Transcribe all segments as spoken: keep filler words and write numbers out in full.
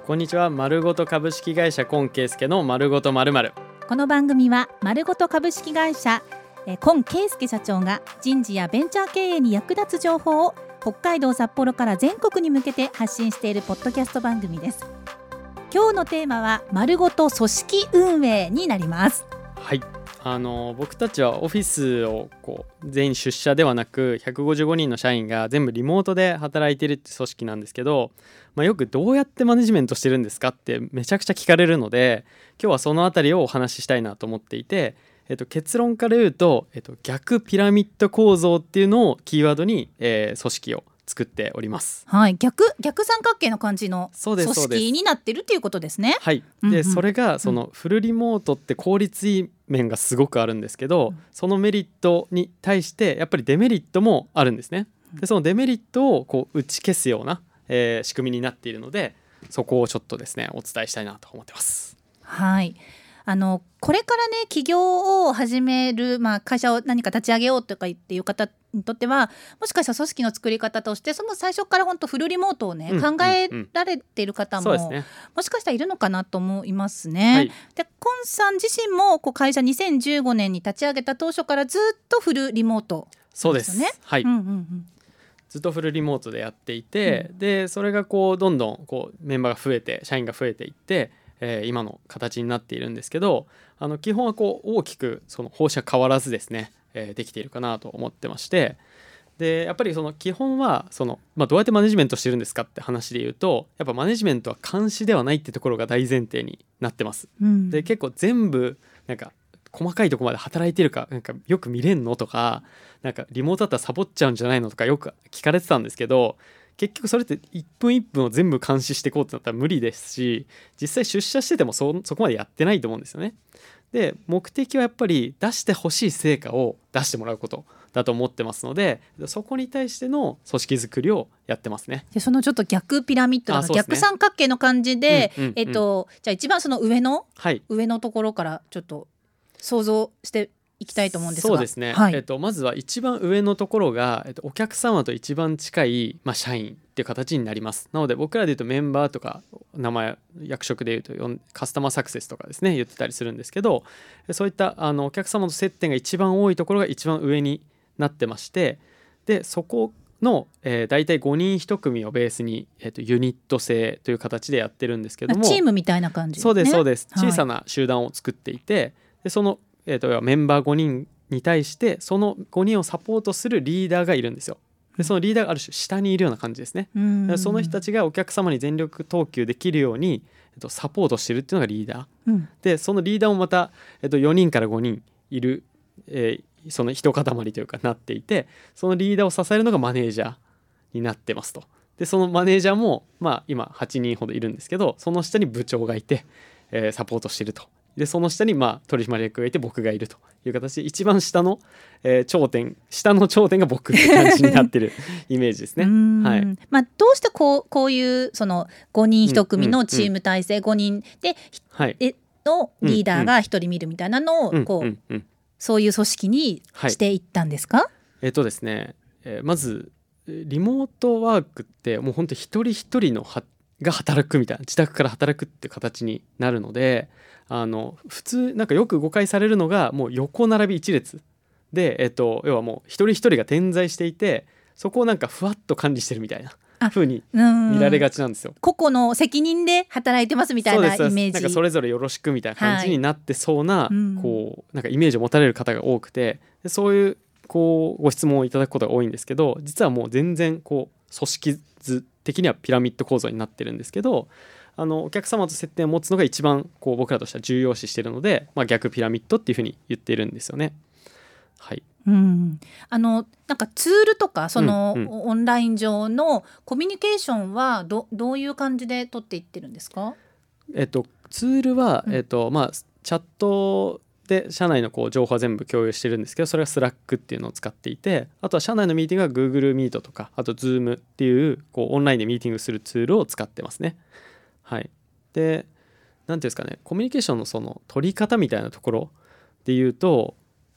こんにちは。丸ごと株式会社今圭介の丸ごと〇〇。 この番組は丸ごと株式会社今圭介社長が人事やベンチャー経営に役立つ情報を北海道札幌から全国に向けて発信しているポッドキャスト番組です。今日のテーマは丸ごと組織運営になります。 はい、あの僕たちはオフィスをこう全員出社ではなくひゃくごじゅうごにんの社員が全部リモートで働いているって組織なんですけど、まあ、よくどうやってマネジメントしてるんですかってめちゃくちゃ聞かれるので、今日はそのあたりをお話ししたいなと思っていて、えっと、結論から言うと、えっと、逆ピラミッド構造っていうのをキーワードに、えー、組織を作っております。 はい、逆逆三角形の感じの組そうですそうです織になってるっていうことですね。 はい。 うんうん、 でそれがそのフルリモートって効率いい面がすごくあるんですけど、うん、そのメリットに対してやっぱりデメリットもあるんですね。でそのデメリットをこう打ち消すような、えー、仕組みになっているので、そこをちょっとですねお伝えしたいなと思ってます。 はい、あのこれからね起業を始める、まあ、会社を何か立ち上げようとかっていう方にとっては、もしかしたら組織の作り方としてその最初から本当フルリモートをね、うんうんうん、考えられている方も、ね、もしかしたらいるのかなと思いますね。はい、でコンさん自身もこう会社にせんじゅうごねんに立ち上げた当初からずっとフルリモートなんですよね。 そうです、はい、うんうんうん、ずっとフルリモートでやっていて、うん、でそれがこうどんどんこうメンバーが増えて社員が増えていって、えー、今の形になっているんですけど、あの基本はこう大きくその方針変わらずですね、えー、できているかなと思ってまして、でやっぱりその基本はその、まあ、どうやってマネジメントしてるんですかって話で言うと、やっぱマネジメントは監視ではないってところが大前提になってます。うん、で結構全部なんか細かいところまで働いてるかなんかよく見れんのとか、なんかリモートだったらサボっちゃうんじゃないのとかよく聞かれてたんですけど、結局それっていっぷんいっぷんを全部監視していこうってなったら無理ですし、実際出社してても そ, そこまでやってないと思うんですよね。で目的はやっぱり出してほしい成果を出してもらうことだと思ってますので、そこに対しての組織づくりをやってますね。 でそのちょっと逆ピラミッド、ね、逆三角形の感じで、うんうんうん、えっと、じゃあ一番その上の、はい、上のところからちょっと想像していきたいと思うんですが。 そうですね、はい、えっと、まずは一番上のところが、えっと、お客様と一番近い、まあ、社員っていう形になります。なので僕らで言うとメンバーとか名前役職で言うとカスタマーサクセスとかですね言ってたりするんですけど、そういったあのお客様と接点が一番多いところが一番上になってまして、でそこの、えー、大体ごにんいち組をベースに、えー、とユニット制という形でやってるんですけども、 チームみたいな感じですね。 そうですそうです、小さな集団を作っていて、でその、えー、とメンバーごにんに対してそのごにんをサポートするリーダーがいるんですよ。でそのリーダーがある種下にいるような感じですね。でその人たちがお客様に全力投球できるように、えっと、サポートしてるっていうのがリーダー、うん、でそのリーダーもまた、えっと、よにんからごにんいる、えー、その一塊というかなっていて、そのリーダーを支えるのがマネージャーになってますと。でそのマネージャーも、まあ、今はちにんほどいるんですけど、その下に部長がいて、えー、サポートしてると。でその下にまあ取締役がいて僕がいるという形で、一番下の、えー、頂点下の頂点が僕って感じになってるイメージですね。はい、 まあ、どうしてこう、こういうそのごにんいち組のチーム体制、うんうんうん、ごにんで、はい、のリーダーがひとり見るみたいなのをこう、うんうんうん、そういう組織にしていったんですか？はい、 えーとですねえー、まずリモートワークってもう本当一人一人のはが働くみたいな、自宅から働くって形になるので、あの普通なんかよく誤解されるのがもう横並び一列で、えっと、要はもう一人一人が点在していて、そこをなんかふわっと管理してるみたいな風に見られがちなんですよ。 個々の責任で働いてますみたいなイメージ、 なんかそれぞれよろしくみたいな感じになってそうな、はい、こうなんかイメージを持たれる方が多くて、でそういうこうご質問をいただくことが多いんですけど、実はもう全然こう組織図的にはピラミッド構造になってるんですけど、あのお客様と接点を持つのが一番こう僕らとしては重要視しているので、まあ、逆ピラミッドっていうふうに言っているんですよね。はい、 うん、あのなんかツールとかその、うんうん、オンライン上のコミュニケーションは ど, どういう感じで取っていってるんですか？ えっと、ツールは、えっとまあ、チャットで社内のこう情報は全部共有してるんですけど、それは Slack っていうのを使っていて、あとは社内のミーティングは Google Meet とか、あと Zoom っていう、こうオンラインでミーティングするツールを使ってますね。はい、でなんていうんですかね、コミュニケーションのその取り方みたいなところで言うと、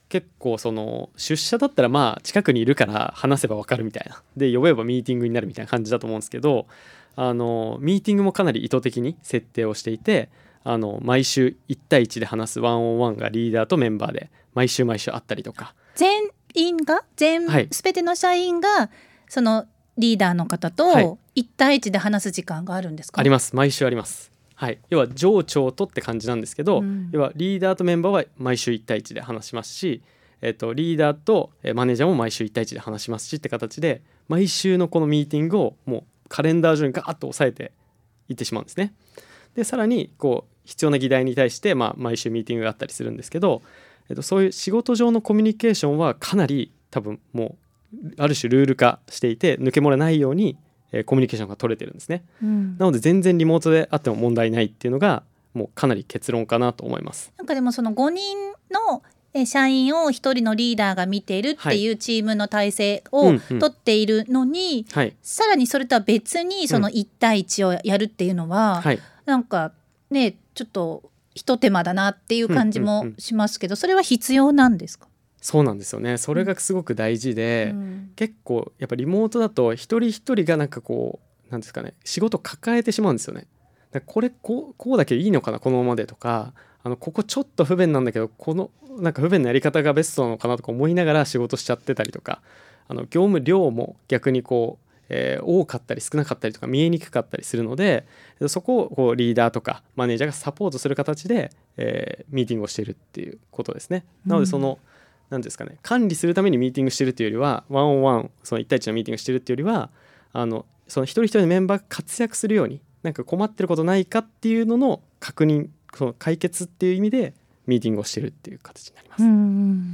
結構その出社だったらまあ近くにいるから話せば分かるみたいなで呼べばミーティングになるみたいな感じだと思うんですけど、あのミーティングもかなり意図的に設定をしていて、あの毎週いち対いちで話すワンオンワンがリーダーとメンバーで毎週毎週あったりとか、 全員が全、 はい、 全ての社員がそのリーダーの方といち対いちで話す時間があるんですか？ あります。毎週あります。はい、要は上長とって感じなんですけど、うん、要はリーダーとメンバーは毎週いち対いちで話しますし、えっと、リーダーとマネージャーも毎週いち対いちで話しますしって形で、毎週のこのミーティングをもうカレンダー上にガーッと押さえていってしまうんですね。でさらにこう必要な議題に対して、まあ、毎週ミーティングがあったりするんですけど、えっと、そういう仕事上のコミュニケーションはかなり多分もうある種ルール化していて、抜け漏れないようにえー、コミュニケーションが取れてるんですね、うん、なので全然リモートであっても問題ないっていうのがもうかなり結論かなと思います。 なんかでもそのごにんの社員をひとりのリーダーが見ているっていうチームの体制を取っているのに、うんうん、はい、さらにそれとは別にそのいち対いちをやるっていうのは、うん、はい、なんかねちょっとひと手間だなっていう感じもしますけど、うんうんうん、それは必要なんですか？ そうなんですよね。それがすごく大事で、うん、結構やっぱリモートだと一人一人がなんかこうなんですかね、仕事抱えてしまうんですよね。だからこれこう、こうだけいいのかなこのままでとか、あのここちょっと不便なんだけどこのなんか不便なやり方がベストなのかなとか思いながら仕事しちゃってたりとか、あの業務量も逆にこう、えー、多かったり少なかったりとか見えにくかったりするので、そこをこうリーダーとかマネージャーがサポートする形で、えー、ミーティングをしているっていうことですね。なのでその、うん、なんですかね、管理するためにミーティングしてるというよりは、ワンオンワンそのいち対いちのミーティングしてるっていうよりは、あのその一人一人のメンバーが活躍するように、なんか困ってることないかっていうのの確認、その解決っていう意味でミーティングをしてるっていう形になります。うん、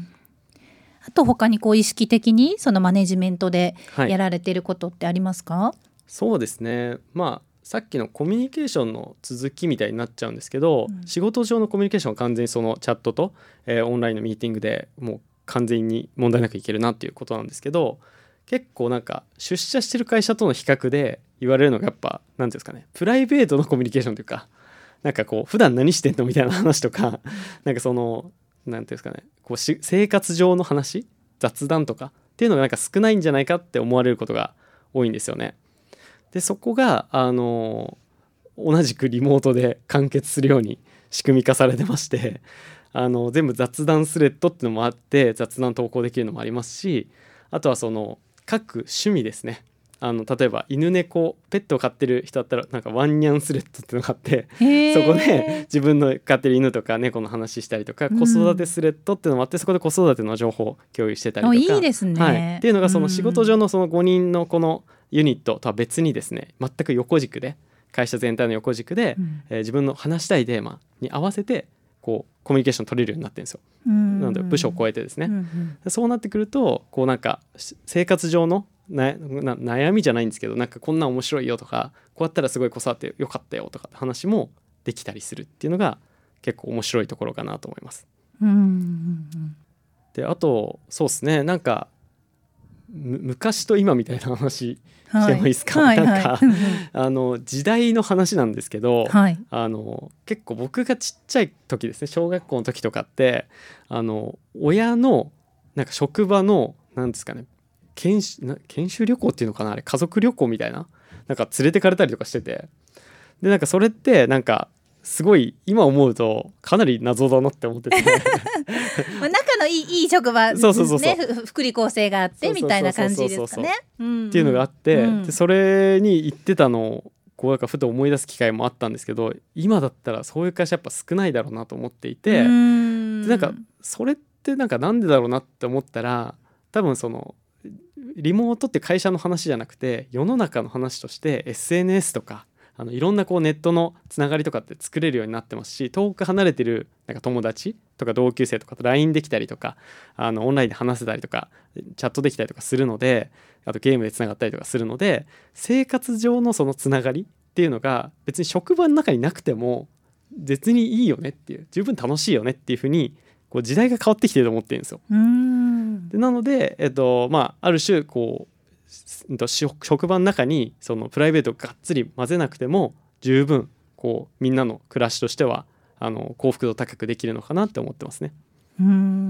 あと他にこう意識的にそのマネジメントでやられていることってありますか？はい、 そうですね、まあさっきのコミュニケーションの続きみたいになっちゃうんですけど、うん、仕事上のコミュニケーションは完全にそのチャットと、えー、オンラインのミーティングでもう完全に問題なくいけるなっていうことなんですけど、結構なんか出社してる会社との比較で言われるのがやっぱ何ていうんですかね、プライベートのコミュニケーションというか、なんかこう普段何してんのみたいな話とかなんかその何ていうんですかね、こうし生活上の話、雑談とかっていうのがなんか少ないんじゃないかって思われることが多いんですよね。でそこがあの同じくリモートで完結するように仕組み化されてまして、あの全部雑談スレッドっていうのもあって雑談投稿できるのもありますし、あとはその各趣味ですね。あの例えば犬猫ペットを飼ってる人だったらなんかワンニャンスレッドっていうのがあって、そこで自分の飼ってる犬とか猫の話したりとか、うん、子育てスレッドっていうのもあって、そこで子育ての情報を共有してたりとか、 いいですね、 はい、っていうのがその仕事上のそのごにんのこのユニットとは別にですね、全く横軸で会社全体の横軸で、うんえー、自分の話したいテーマに合わせてこうコミュニケーション取れるようになってるんですよ。なので部署を超えてですね、うんうん、そうなってくるとこうなんか生活上のなな悩みじゃないんですけど、なんかこんな面白いよとか、こうやったらすごい子育てよかったよとか話もできたりするっていうのが結構面白いところかなと思います。うんうんうん、であとそうですね、なんか昔と今みたいな話してもいいですか？はい、なんか、はいはい、あの時代の話なんですけど、はい、あの結構僕がちっちゃい時ですね、小学校の時とかってあの親のなんか職場のなんですかね、研修、な研修旅行っていうのかな、あれ家族旅行みたいな、なんか連れてかれたりとかしてて、でなんかそれってなんかすごい今思うとかなり謎だなって思っててまあ仲のいい、いい職場ですね、福利厚生があってみたいな感じですかね、 っていうのがあって、うん、でそれに行ってたのをこうなんかふと思い出す機会もあったんですけど、今だったらそういう会社やっぱ少ないだろうなと思っていて、でなんかそれってなんかなんでだろうなって思ったら、多分そのリモートって会社の話じゃなくて世の中の話として エスエヌエス とかあのいろんなこうネットのつながりとかって作れるようになってますし、遠く離れてるなんか友達とか同級生とかと ライン できたりとか、あのオンラインで話せたりとかチャットできたりとかするので、あとゲームでつながったりとかするので、生活上のそのつながりっていうのが別に職場の中になくても別にいいよねっていう、十分楽しいよねっていう風にこう時代が変わってきてると思ってるんですよ。うーんでなので、えっとまあ、ある種こう職場の中にそのプライベートをがっつり混ぜなくても十分こうみんなの暮らしとしてはあの幸福度高くできるのかなって思ってますね。うーん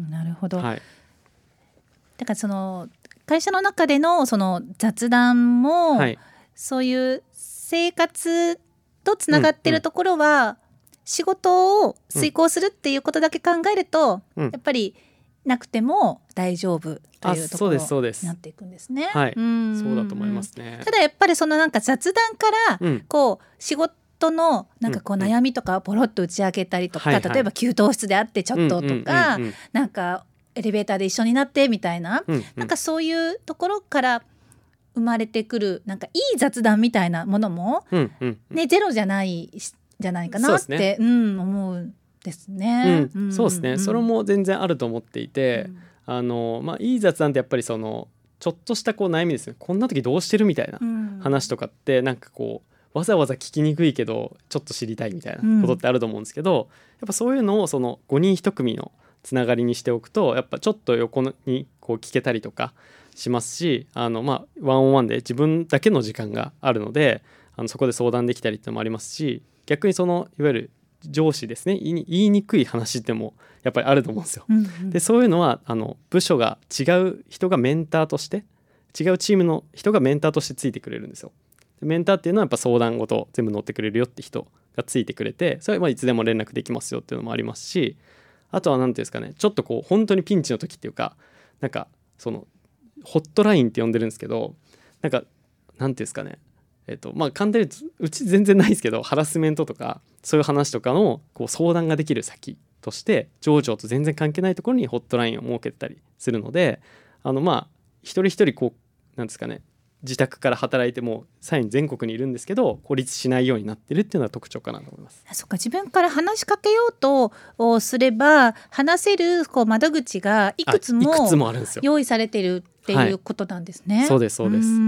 ん、なるほど、 はい、 だからその会社の中でのその雑談も、 はい、 そういう生活とつながってるところは、うんうん、仕事を遂行するっていうことだけ考えると、うん、やっぱりなくても大丈夫というところになっていくんですね。 はい、そうだと思いますね。 ただやっぱりそのなんか雑談からこう仕事のなんかこう悩みとかをポロッと打ち明けたりとか、例えば給湯室であってちょっととか、なんかエレベーターで一緒になってみたいな、なんかそういうところから生まれてくるなんかいい雑談みたいなものも、ね、ゼロじゃないじゃないかなって、うん、思うんですね。 うん、そうですね、それも全然あると思っていて、うん、あのまあ、いい雑談ってやっぱりそのちょっとしたこう悩みですね、こんな時どうしてるみたいな話とかってなんかこうわざわざ聞きにくいけどちょっと知りたいみたいなことってあると思うんですけど、うん、やっぱそういうのをそのごにんいち組のつながりにしておくとやっぱちょっと横にこう聞けたりとかしますし、あのまあワンオンワンで自分だけの時間があるので、あのそこで相談できたりってのもありますし、逆にそのいわゆる上司ですね、言い、言いにくい話ってもやっぱりあると思うんですよ、うんうん、でそういうのはあの部署が違う人がメンターとして違うチームの人がメンターとしてついてくれるんですよ。でメンターっていうのはやっぱ相談事全部乗ってくれるよって人がついてくれて、それはいつでも連絡できますよっていうのもありますし、あとは何ていうんですかね、ちょっとこう本当にピンチの時っていうか、なんかそのホットラインって呼んでるんですけど、なんか何ていうんですかね、えっとまあ簡単にうち全然ないですけど、ハラスメントとかそういう話とかのこう相談ができる先として上場と全然関係ないところにホットラインを設けたりするので、あのまあ一人一人こうなんですかね、自宅から働いてもさらに全国にいるんですけど孤立しないようになってるっていうのは特徴かなと思います。 あ、そっか、自分から話しかけようとすれば話せるこう窓口がいくつも用意されてるっていうことなんですね。 はい、そうですそうです。うんうん、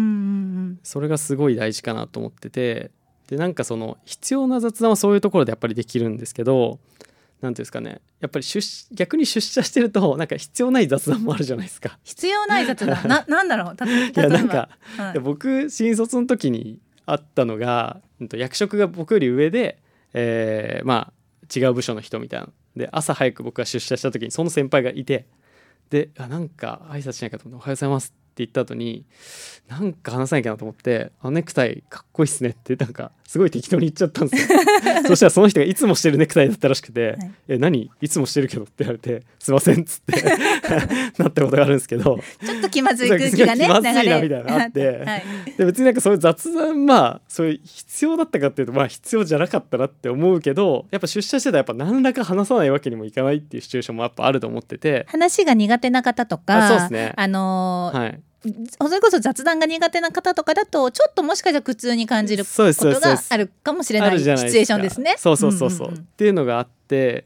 それがすごい大事かなと思ってて、でなんかその必要な雑談はそういうところでやっぱりできるんですけど、なんていうんですかね、やっぱり出逆に出社してるとなんか必要ない雑談もあるじゃないですか。 必要ない雑談な、なんだろう、た例えばいやなんか、はい、いや僕新卒の時にあったのが、役職が僕より上で、えー、まあ違う部署の人みたいなで、朝早く僕が出社した時にその先輩がいて、であなんか挨拶しないかと思っておはようございますって言った後になんか話さなきゃなと思って、あネクタイかっこいいっすねってなんかすごい適当に言っちゃったんですよそしたらその人がいつもしてるネクタイだったらしくて、はい、え何いつもしてるけどって言われてすいませんっつってなったことがあるんですけど、 ちょっと気まずい空気がね気まずいなみたいなのあって、はい、で別になんかそういう雑談まあそういう必要だったかっていうとまあ必要じゃなかったなって思うけど、やっぱ出社してたらやっぱ何らか話さないわけにもいかないっていうシチュエーションもやっぱあると思ってて、 話が苦手な方とか、 あそうですね、 あのーはいそれこそ雑談が苦手な方とかだとちょっともしかしたら苦痛に感じることがあるかもしれないシチュエーションですね。 そうそうそうそう、うんうんうん、っていうのがあって、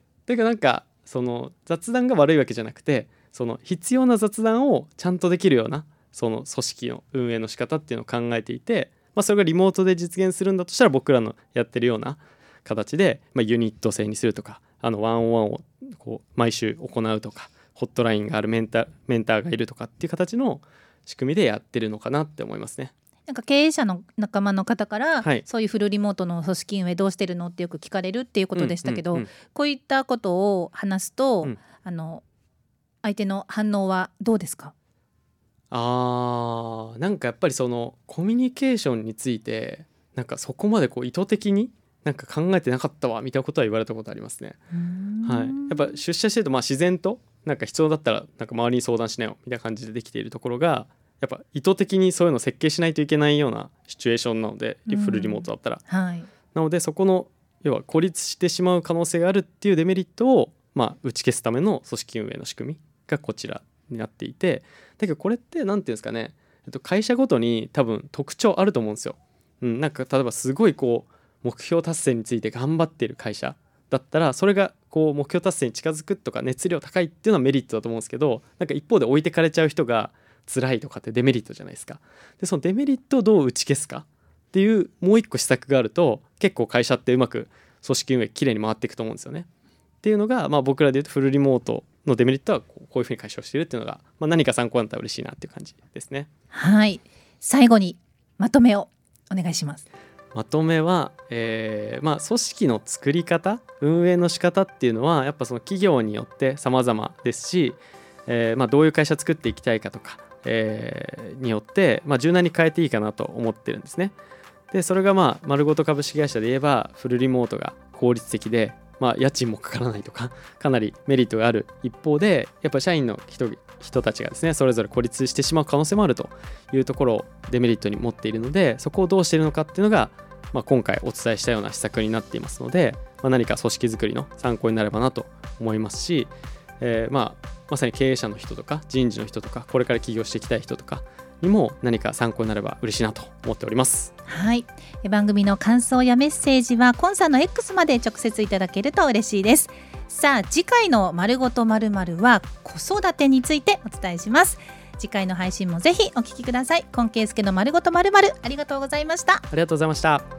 だからなんかその雑談が悪いわけじゃなくて、その必要な雑談をちゃんとできるようなその組織の運営の仕方っていうのを考えていて、まあ、それがリモートで実現するんだとしたら僕らのやってるような形で、まあ、ユニット制にするとか、あのワンオンワンをこう毎週行うとか、ホットラインがあるメンター、メンターがいるとかっていう形の仕組みでやってるのかなって思いますね。 なんか経営者の仲間の方から、はい、そういうフルリモートの組織運営どうしてるのってよく聞かれるっていうことでしたけど、うんうんうん、こういったことを話すと、うん、あの相手の反応はどうですか？ あーなんかやっぱりそのコミュニケーションについてなんかそこまでこう意図的になんか考えてなかったわみたいなことは言われたことありますね。はい、やっぱ出社してるとまあ自然となんか必要だったらなんか周りに相談しなよみたいな感じでできているところが、やっぱ意図的にそういうのを設計しないといけないようなシチュエーションなので、フルリモートだったら、はい、なのでそこの要は孤立してしまう可能性があるっていうデメリットを、まあ、打ち消すための組織運営の仕組みがこちらになっていて、だけどこれってなんていうんですかね、会社ごとに多分特徴あると思うんですよ。うん、なんか例えばすごいこう目標達成について頑張っている会社だったらそれがこう目標達成に近づくとか熱量高いっていうのはメリットだと思うんですけど、なんか一方で置いてかれちゃう人が辛いとかってデメリットじゃないですか。でそのデメリットをどう打ち消すかっていうもう一個施策があると結構会社ってうまく組織運営きれいに回っていくと思うんですよね。っていうのが、まあ、僕らで言うとフルリモートのデメリットはこうこういうふうに解消しているっていうのが、まあ、何か参考になったら嬉しいなっていう感じですね。 はい、最後にまとめをお願いします。 まとめは、えーまあ、組織の作り方、運営の仕方っていうのはやっぱその企業によって様々ですし、えーまあ、どういう会社作っていきたいかとか、えーによって、まあ、柔軟に変えていいかなと思ってるんですね。でそれがまあ丸ごと株式会社で言えばフルリモートが効率的で、まあ、家賃もかからないとかかなりメリットがある一方で、やっぱ社員の人人たちがですねそれぞれ孤立してしまう可能性もあるというところをデメリットに持っているので、そこをどうしているのかっていうのが、まあ、今回お伝えしたような施策になっていますので、まあ、何か組織づくりの参考になればなと思いますし、えーまあ、まさに経営者の人とか人事の人とかこれから起業していきたい人とかにも何か参考になれば嬉しいなと思っております。 はい、番組の感想やメッセージはコンさんの X まで直接いただけると嬉しいです。さあ次回の丸ごと〇〇は子育てについてお伝えします。次回の配信もぜひお聞きください。今圭介の丸ごと〇〇ありがとうございました。 ありがとうございました。